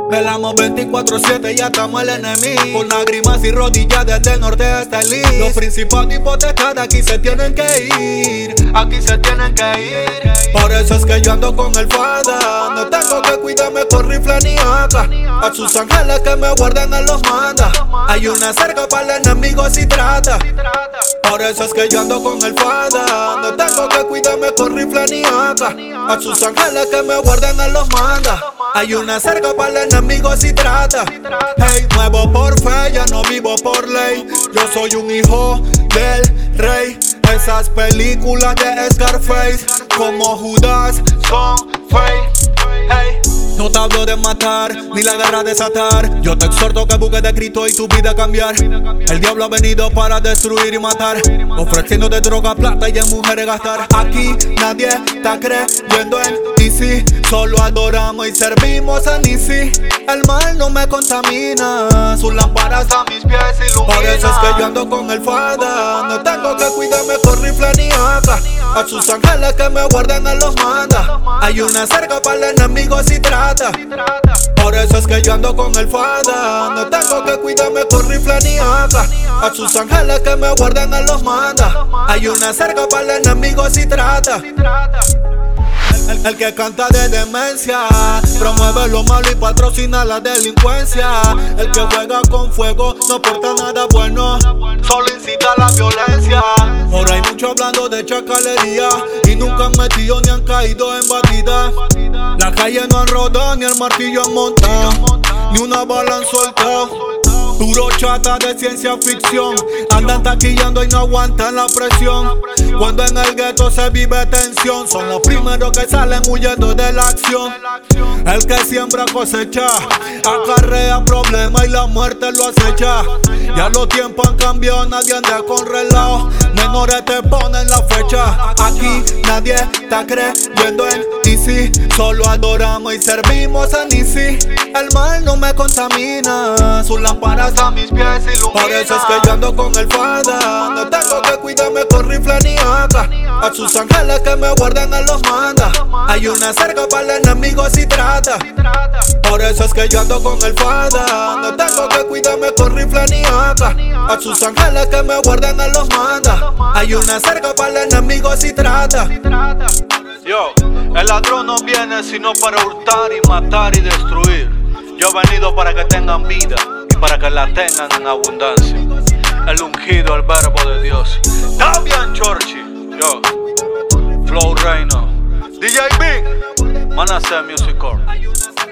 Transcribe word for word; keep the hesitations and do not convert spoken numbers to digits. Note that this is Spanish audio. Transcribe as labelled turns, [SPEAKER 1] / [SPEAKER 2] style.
[SPEAKER 1] Velamos veinticuatro siete, ya estamos el enemigo. Con lágrimas y rodillas desde el norte hasta el este. Los principales hipotecas aquí se tienen que ir. Aquí se tienen que ir. Por eso es que yo ando con el Fada. No tengo que cuidarme con rifle ni A K. A sus ángeles que me guardan él los manda. Hay una cerca para el enemigo si trata. Por eso es que yo ando con el Fada. No tengo que cuidarme con rifle ni A K. A sus ángeles que me guardan él los manda. Hay una cerca para el enemigo si trata. Hey, muevo por fe, ya no vivo por ley. Yo soy un hijo del rey. Esas películas de Scarface, como Judas, son fake. Hey, no te hablo de matar, ni la guerra desatar. Yo te exhorto que busques de Cristo y tu vida cambiar. El diablo ha venido para destruir y matar, ofreciéndote droga, plata y en mujeres gastar. Aquí nadie está creyendo en D C. Solo adoramos y servimos a Nisi. El mal no me contamina, sus lámparas a mis pies iluminan. Por eso es que yo ando con el Fada. No tengo que cuidarme con rifle ni A K. A sus ángeles que me guardan él los manda. Hay una cerca para el enemigo si trata. Por eso es que yo ando con el Fada. No tengo que cuidarme con rifle ni A K. A sus ángeles que me guardan él los manda. Hay una cerca para el enemigo si trata. El, el que canta de demencia promueve lo malo y patrocina la delincuencia. El que juega con fuego no porta nada bueno, solo incita a la violencia. Ahora hay mucho hablando de chacalería y nunca han metido ni han caído en batida. La calle no han rodado ni el martillo han montado, ni una bala han soltado. Puro chata de ciencia ficción, andan taquillando y no aguantan la presión. Cuando en el gueto se vive tensión, son los primeros que salen huyendo de la acción. El que siembra cosecha, acarrea problemas y la muerte lo acecha. Ya los tiempos han cambiado, nadie anda con relajo, menores te ponen la fecha. Aquí nadie está creyendo en D C. Solo adoramos y servimos a Nisi. El mal no me contamina, sus lámparas a mis pies iluminan. Por eso es que yo ando con el Fada. No tengo que cuidarme con rifle ni A K. A sus ángeles que me guardan él los manda. Hay una cerca para el enemigo si trata. Por eso es que yo ando con el Fada. No tengo que cuidarme con rifle ni A K. A sus ángeles que me guardan él los manda. Hay una cerca para el enemigo si trata.
[SPEAKER 2] Yo, el ladrón no viene sino para hurtar y matar y destruir. Yo he venido para que tengan vida y para que la tengan en abundancia. El ungido, el verbo de Dios. Damian Chorchi, yo, Flow Reino, D J Big, Manasseh Music Corp.